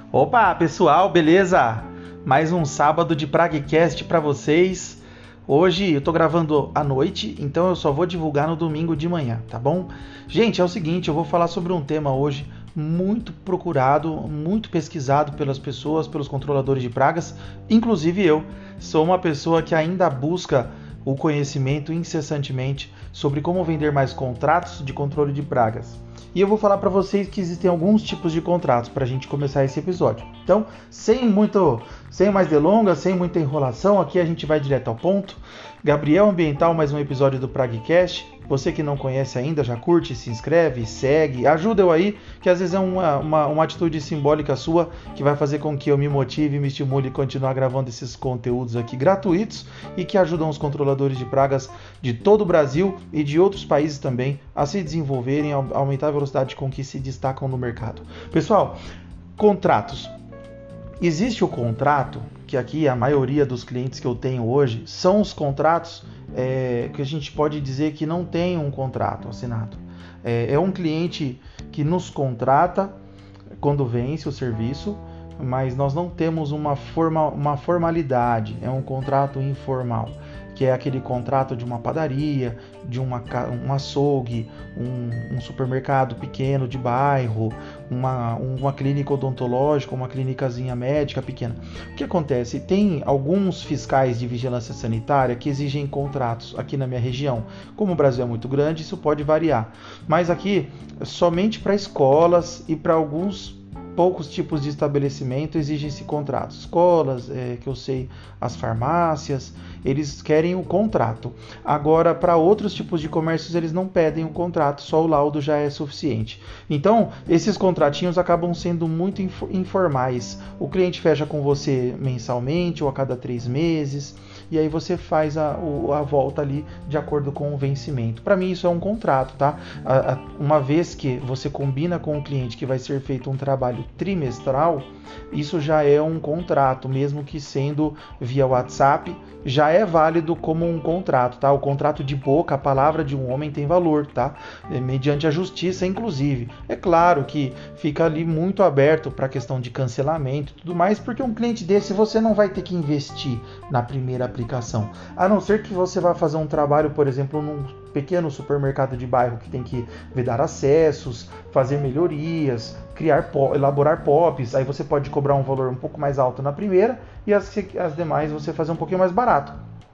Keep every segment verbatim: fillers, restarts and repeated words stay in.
Opa, pessoal, beleza? Mais um sábado de PragCast para vocês. Hoje eu tô gravando à noite, então eu só vou divulgar no domingo de manhã, tá bom? Gente, é o seguinte, eu vou falar sobre um tema hoje muito procurado, muito pesquisado pelas pessoas, pelos controladores de pragas, inclusive eu. Sou uma pessoa que ainda busca o conhecimento incessantemente sobre como vender mais contratos de controle de pragas. E eu vou falar para vocês que existem alguns tipos de contratos para a gente começar esse episódio. Então, sem muito, sem mais delongas, sem muita enrolação, aqui a gente vai direto ao ponto. Gabriel Ambiental, mais um episódio do PragCast. Você que não conhece ainda, já curte, se inscreve, segue, ajuda eu aí, que às vezes é uma, uma, uma atitude simbólica sua que vai fazer com que eu me motive e me estimule a continuar gravando esses conteúdos aqui gratuitos e que ajudam os controladores de pragas de todo o Brasil e de outros países também a se desenvolverem, a aumentar a velocidade com que se destacam no mercado. Pessoal, contratos. Existe o contrato, que aqui a maioria dos clientes que eu tenho hoje são os contratos é, que a gente pode dizer que não tem um contrato assinado. É, é um cliente que nos contrata quando vence o serviço, mas nós não temos uma, forma, uma formalidade, é um contrato informal, que é aquele contrato de uma padaria, de uma, um açougue, um, um supermercado pequeno de bairro, uma, uma clínica odontológica, uma clínicazinha médica pequena. O que acontece? Tem alguns fiscais de vigilância sanitária que exigem contratos aqui na minha região. Como o Brasil é muito grande, isso pode variar. Mas aqui, somente para escolas e para alguns poucos tipos de estabelecimento exigem-se contratos. Escolas, é, que eu sei, as farmácias, eles querem o contrato. Agora, para outros tipos de comércios, eles não pedem o contrato, só o laudo já é suficiente. Então, esses contratinhos acabam sendo muito informais. O cliente fecha com você mensalmente ou a cada três meses, e aí você faz a, a volta ali de acordo com o vencimento. Para mim, isso é um contrato, tá? Uma vez que você combina com o cliente que vai ser feito um trabalho trimestral, isso já é um contrato, mesmo que sendo via WhatsApp, já é válido como um contrato, tá? O contrato de boca, a palavra de um homem tem valor, tá? É, mediante a justiça, inclusive. É claro que fica ali muito aberto para a questão de cancelamento e tudo mais, porque um cliente desse você não vai ter que investir na primeira aplicação, a não ser que você vá fazer um trabalho, por exemplo, num pequeno supermercado de bairro que tem que vedar acessos, fazer melhorias, criar, elaborar P O Ps, aí você pode cobrar um valor um pouco mais alto na primeira e as, as demais você fazer um pouquinho mais barato.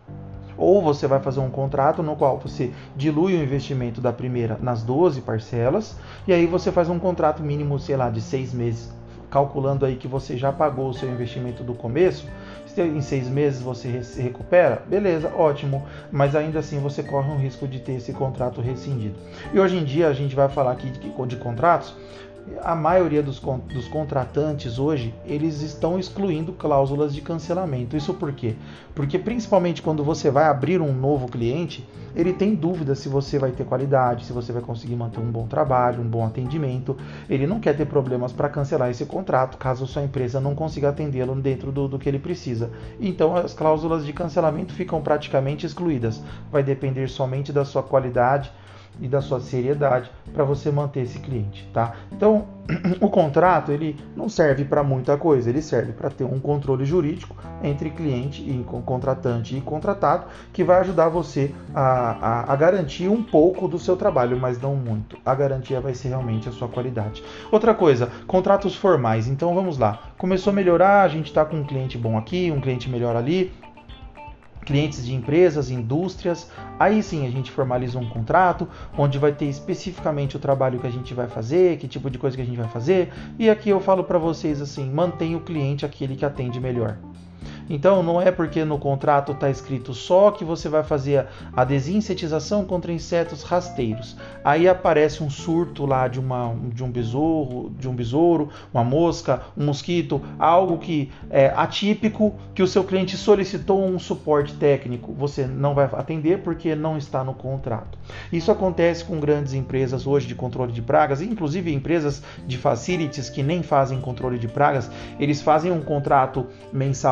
Ou você vai fazer um contrato no qual você dilui o investimento da primeira nas doze parcelas e aí você faz um contrato mínimo, sei lá, de seis meses, calculando aí que você já pagou o seu investimento do começo. Se em seis meses você se recupera, beleza, ótimo, mas ainda assim você corre um risco de ter esse contrato rescindido. E hoje em dia a gente vai falar aqui de, de contratos. A maioria dos, dos contratantes hoje, eles estão excluindo cláusulas de cancelamento. Isso por quê? Porque principalmente quando você vai abrir um novo cliente, ele tem dúvida se você vai ter qualidade, se você vai conseguir manter um bom trabalho, um bom atendimento. Ele não quer ter problemas para cancelar esse contrato, caso sua empresa não consiga atendê-lo dentro do, do que ele precisa. Então as cláusulas de cancelamento ficam praticamente excluídas. Vai depender somente da sua qualidade e da sua seriedade para você manter esse cliente, tá? Então, o contrato, ele não serve para muita coisa, ele serve para ter um controle jurídico entre cliente e contratante e contratado, que vai ajudar você a, a, a garantir um pouco do seu trabalho, mas não muito. A garantia vai ser realmente a sua qualidade. Outra coisa, contratos formais. Então, vamos lá. Começou a melhorar, a gente está com um cliente bom aqui, um cliente melhor ali, clientes de empresas, indústrias, aí sim a gente formaliza um contrato, onde vai ter especificamente o trabalho que a gente vai fazer, que tipo de coisa que a gente vai fazer, e aqui eu falo para vocês assim, mantenha o cliente aquele que atende melhor. Então não é porque no contrato está escrito só que você vai fazer a desinsetização contra insetos rasteiros. Aí aparece um surto lá de, uma, de um besouro, de um besouro, uma mosca, um mosquito, algo que é atípico, que o seu cliente solicitou um suporte técnico. Você não vai atender porque não está no contrato. Isso acontece com grandes empresas hoje de controle de pragas, inclusive empresas de facilities que nem fazem controle de pragas, eles fazem um contrato mensal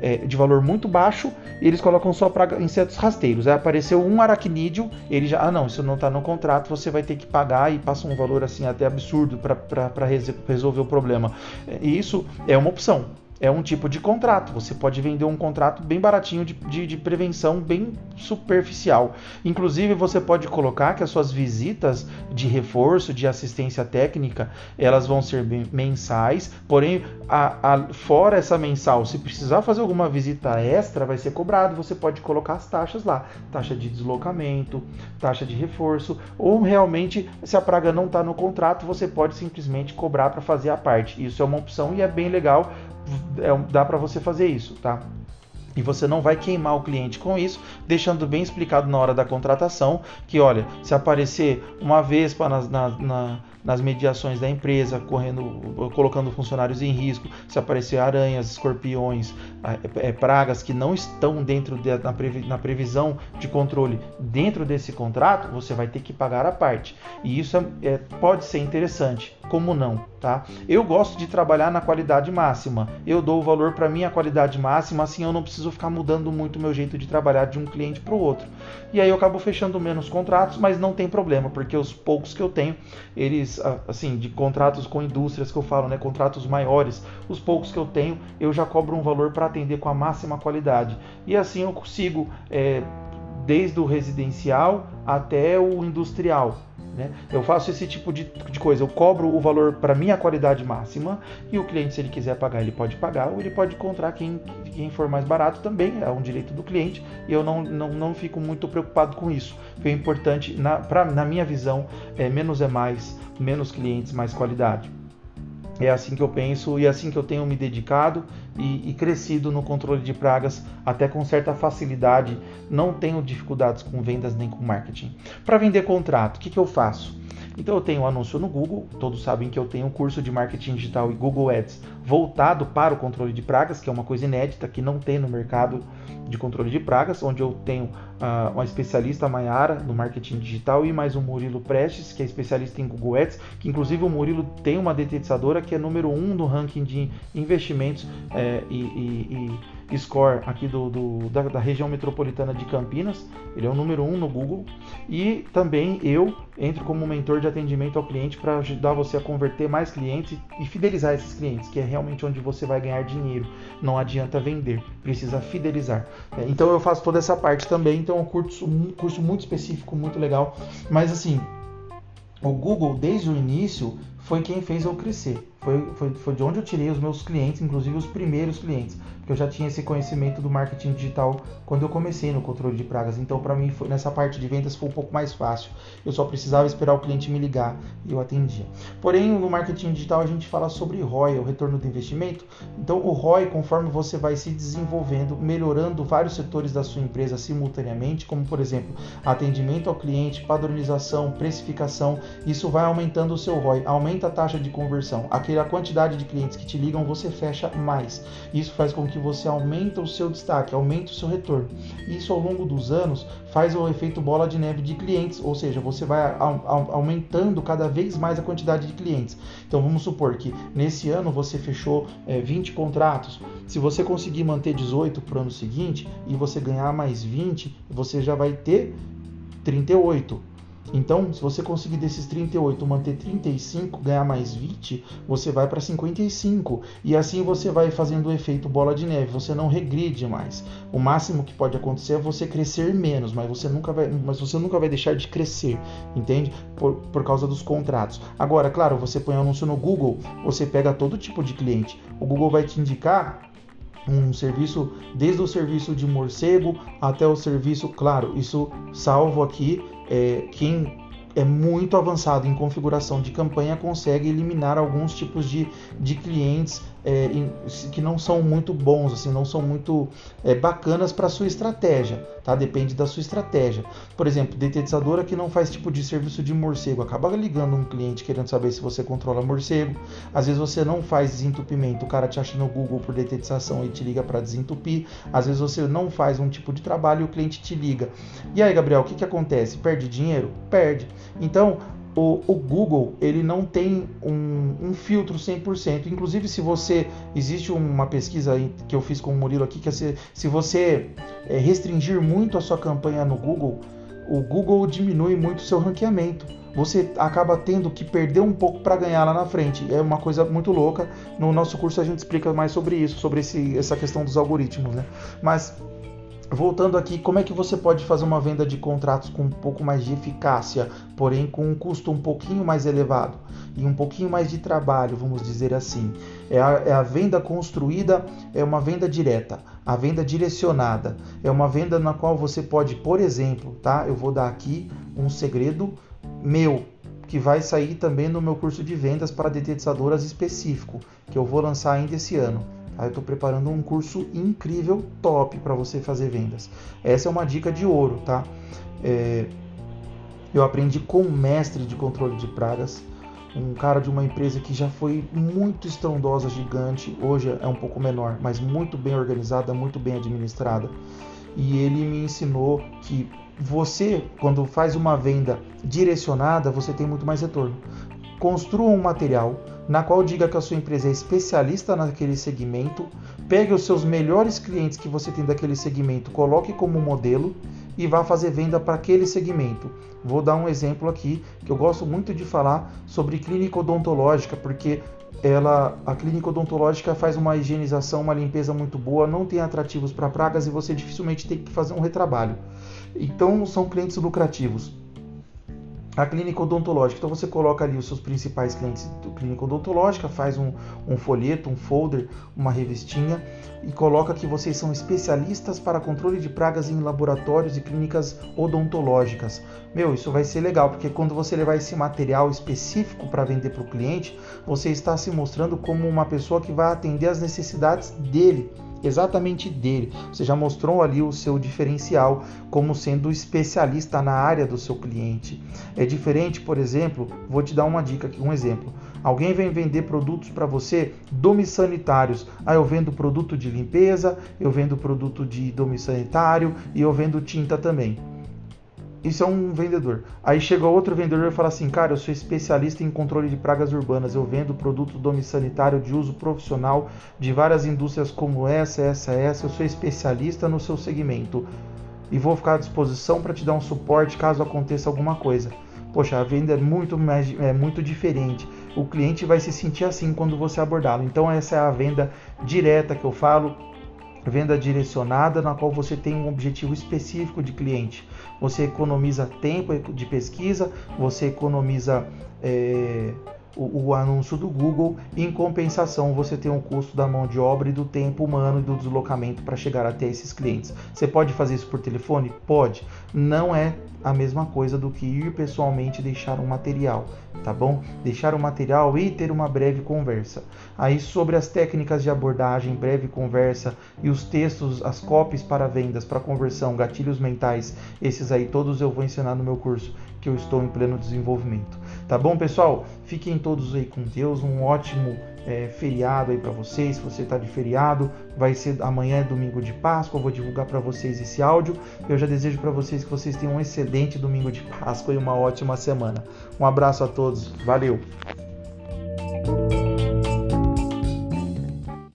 é, de valor muito baixo e eles colocam só para insetos rasteiros. Aí apareceu um aracnídeo, ele já, ah não, isso não está no contrato, você vai ter que pagar e passa um valor assim até absurdo para resolver o problema. E isso é uma opção. É um tipo de contrato. Você pode vender um contrato bem baratinho de, de, de prevenção, bem superficial. Inclusive, você pode colocar que as suas visitas de reforço, de assistência técnica, elas vão ser mensais. Porém, a, a, fora essa mensal, se precisar fazer alguma visita extra, vai ser cobrado. Você pode colocar as taxas lá. Taxa de deslocamento, taxa de reforço. Ou realmente, se a praga não está no contrato, você pode simplesmente cobrar para fazer a parte. Isso é uma opção e é bem legal. É, dá para você fazer isso, tá? E você não vai queimar o cliente com isso, deixando bem explicado na hora da contratação que, olha, se aparecer uma vespa na, na, na, nas mediações da empresa, correndo, colocando funcionários em risco, se aparecer aranhas, escorpiões, é, pragas que não estão dentro de, na, previ, na previsão de controle dentro desse contrato, você vai ter que pagar a parte. E isso é, é, pode ser interessante, como não, tá? Eu gosto de trabalhar na qualidade máxima. Eu dou o valor para minha qualidade máxima, assim eu não preciso ficar mudando muito o meu jeito de trabalhar de um cliente para o outro. E aí eu acabo fechando menos contratos, mas não tem problema, porque os poucos que eu tenho, eles, assim, de contratos com indústrias que eu falo, né, contratos maiores, os poucos que eu tenho, eu já cobro um valor para atender com a máxima qualidade. E assim eu consigo, é, desde o residencial até o industrial. Né? Eu faço esse tipo de, de coisa, eu cobro o valor para minha qualidade máxima e o cliente, se ele quiser pagar, ele pode pagar ou ele pode encontrar quem, quem for mais barato também, é um direito do cliente e eu não, não, não fico muito preocupado com isso. O importante, na, pra, na minha visão, é menos é mais, menos clientes, mais qualidade. É assim que eu penso e é assim que eu tenho me dedicado e, e crescido no controle de pragas, até com certa facilidade. Não tenho dificuldades com vendas nem com marketing. Para vender contrato, o que, que eu faço? Então eu tenho um anúncio no Google, todos sabem que eu tenho um curso de marketing digital e Google Ads voltado para o controle de pragas, que é uma coisa inédita que não tem no mercado de controle de pragas, onde eu tenho uh, uma especialista, a Mayara, no marketing digital, e mais um Murilo Prestes, que é especialista em Google Ads, que inclusive o Murilo tem uma detetizadora que é número um no ranking de investimentos é, e, e, e score aqui do, do, da, da região metropolitana de Campinas. Ele é o número um no Google. E também eu entro como mentor de atendimento ao cliente para ajudar você a converter mais clientes e fidelizar esses clientes, que é realmente onde você vai ganhar dinheiro. Não adianta vender, precisa fidelizar. Então eu faço toda essa parte também, então é um curso, um curso muito específico, muito legal. Mas assim, o Google desde o início foi quem fez eu crescer. Foi, foi, foi de onde eu tirei os meus clientes, inclusive os primeiros clientes, porque eu já tinha esse conhecimento do marketing digital quando eu comecei no controle de pragas. Então, para mim, foi, nessa parte de vendas foi um pouco mais fácil. Eu só precisava esperar o cliente me ligar e eu atendia. Porém, no marketing digital a gente fala sobre R O I, o retorno do investimento. Então, o R O I, conforme você vai se desenvolvendo, melhorando vários setores da sua empresa simultaneamente, como, por exemplo, atendimento ao cliente, padronização, precificação, isso vai aumentando o seu R O I, aumenta a taxa de conversão. Aquele a quantidade de clientes que te ligam, você fecha mais. Isso faz com que você aumente o seu destaque, aumente o seu retorno. Isso, ao longo dos anos, faz o efeito bola de neve de clientes, ou seja, você vai aumentando cada vez mais a quantidade de clientes. Então, vamos supor que nesse ano você fechou é, vinte contratos. Se você conseguir manter dezoito para o ano seguinte e você ganhar mais vinte, você já vai ter trinta e oito. Então, se você conseguir desses trinta e oito manter trinta e cinco, ganhar mais vinte, você vai para cinquenta e cinco. E assim você vai fazendo o efeito bola de neve, você não regride mais. O máximo que pode acontecer é você crescer menos, mas você nunca vai, mas você nunca vai deixar de crescer, entende? Por, por causa dos contratos. Agora, claro, você põe anúncio no Google, você pega todo tipo de cliente. O Google vai te indicar um serviço, desde o serviço de morcego até o serviço, claro, isso salvo aqui, é, quem é muito avançado em configuração de campanha consegue eliminar alguns tipos de, de clientes é, em, que não são muito bons, assim, não são muito é, bacanas para a sua estratégia, tá? Depende da sua estratégia. Por exemplo, detetizadora que não faz tipo de serviço de morcego, acaba ligando um cliente querendo saber se você controla morcego. Às vezes você não faz desentupimento, o cara te acha no Google por detetização e te liga para desentupir. Às vezes você não faz um tipo de trabalho e o cliente te liga. E aí, Gabriel, o que, que acontece? Perde dinheiro? Perde. Então, o, o Google, ele não tem um, um filtro cem por cento. Inclusive, se você... Existe uma pesquisa aí que eu fiz com o Murilo aqui, que é se, se você é, restringir muito a sua campanha no Google, o Google diminui muito o seu ranqueamento. Você acaba tendo que perder um pouco para ganhar lá na frente. É uma coisa muito louca. No nosso curso a gente explica mais sobre isso, sobre esse, essa questão dos algoritmos, né? Mas... voltando aqui, como é que você pode fazer uma venda de contratos com um pouco mais de eficácia, porém com um custo um pouquinho mais elevado e um pouquinho mais de trabalho, vamos dizer assim? É a, é a venda construída, é uma venda direta, a venda direcionada, é uma venda na qual você pode, por exemplo, tá? Eu vou dar aqui um segredo meu, que vai sair também no meu curso de vendas para detetizadoras específico, que eu vou lançar ainda esse ano. Eu estou preparando um curso incrível, top, para você fazer vendas. Essa é uma dica de ouro, tá? É, eu aprendi com um mestre de controle de pragas, um cara de uma empresa que já foi muito estrondosa, gigante, hoje é um pouco menor, mas muito bem organizada, muito bem administrada. E ele me ensinou que você, quando faz uma venda direcionada, você tem muito mais retorno. Construa um material na qual diga que a sua empresa é especialista naquele segmento, pegue os seus melhores clientes que você tem daquele segmento, coloque como modelo e vá fazer venda para aquele segmento. Vou dar um exemplo aqui, que eu gosto muito de falar sobre clínica odontológica, porque ela, a clínica odontológica faz uma higienização, uma limpeza muito boa, não tem atrativos para pragas e você dificilmente tem que fazer um retrabalho. Então são clientes lucrativos. A clínica odontológica, então você coloca ali os seus principais clientes da clínica odontológica, faz um, um folheto, um folder, uma revistinha e coloca que vocês são especialistas para controle de pragas em laboratórios e clínicas odontológicas. Meu, isso vai ser legal, porque quando você levar esse material específico para vender para o cliente, você está se mostrando como uma pessoa que vai atender às necessidades dele. Exatamente dele. Você já mostrou ali o seu diferencial como sendo especialista na área do seu cliente. É diferente, por exemplo, vou te dar uma dica aqui, um exemplo. Alguém vem vender produtos para você domissanitários. Ah, eu vendo produto de limpeza, eu vendo produto de domissanitário e eu vendo tinta também. Isso é um vendedor. Aí chega outro vendedor e fala assim, cara, eu sou especialista em controle de pragas urbanas, eu vendo produto domissanitário de uso profissional de várias indústrias como essa, essa, essa, eu sou especialista no seu segmento e vou ficar à disposição para te dar um suporte caso aconteça alguma coisa. Poxa, a venda é muito, é muito diferente. O cliente vai se sentir assim quando você abordá-lo. Então essa é a venda direta que eu falo, venda direcionada, na qual você tem um objetivo específico de cliente. Você economiza tempo de pesquisa, você economiza é, o, o anúncio do Google e, em compensação, você tem o custo da mão de obra e do tempo humano e do deslocamento para chegar até esses clientes. Você pode fazer isso por telefone? Pode. Não é a mesma coisa do que ir pessoalmente e deixar um material, tá bom? Deixar um material e ter uma breve conversa. Aí sobre as técnicas de abordagem, breve conversa e os textos, as copies para vendas, para conversão, gatilhos mentais, esses aí todos eu vou ensinar no meu curso, que eu estou em pleno desenvolvimento. Tá bom, pessoal? Fiquem todos aí com Deus, um ótimo é, feriado aí para vocês. Se você está de feriado, vai ser amanhã é domingo de Páscoa, eu vou divulgar para vocês esse áudio. Eu já desejo para vocês que vocês tenham um excelente domingo de Páscoa e uma ótima semana. Um abraço a todos, valeu!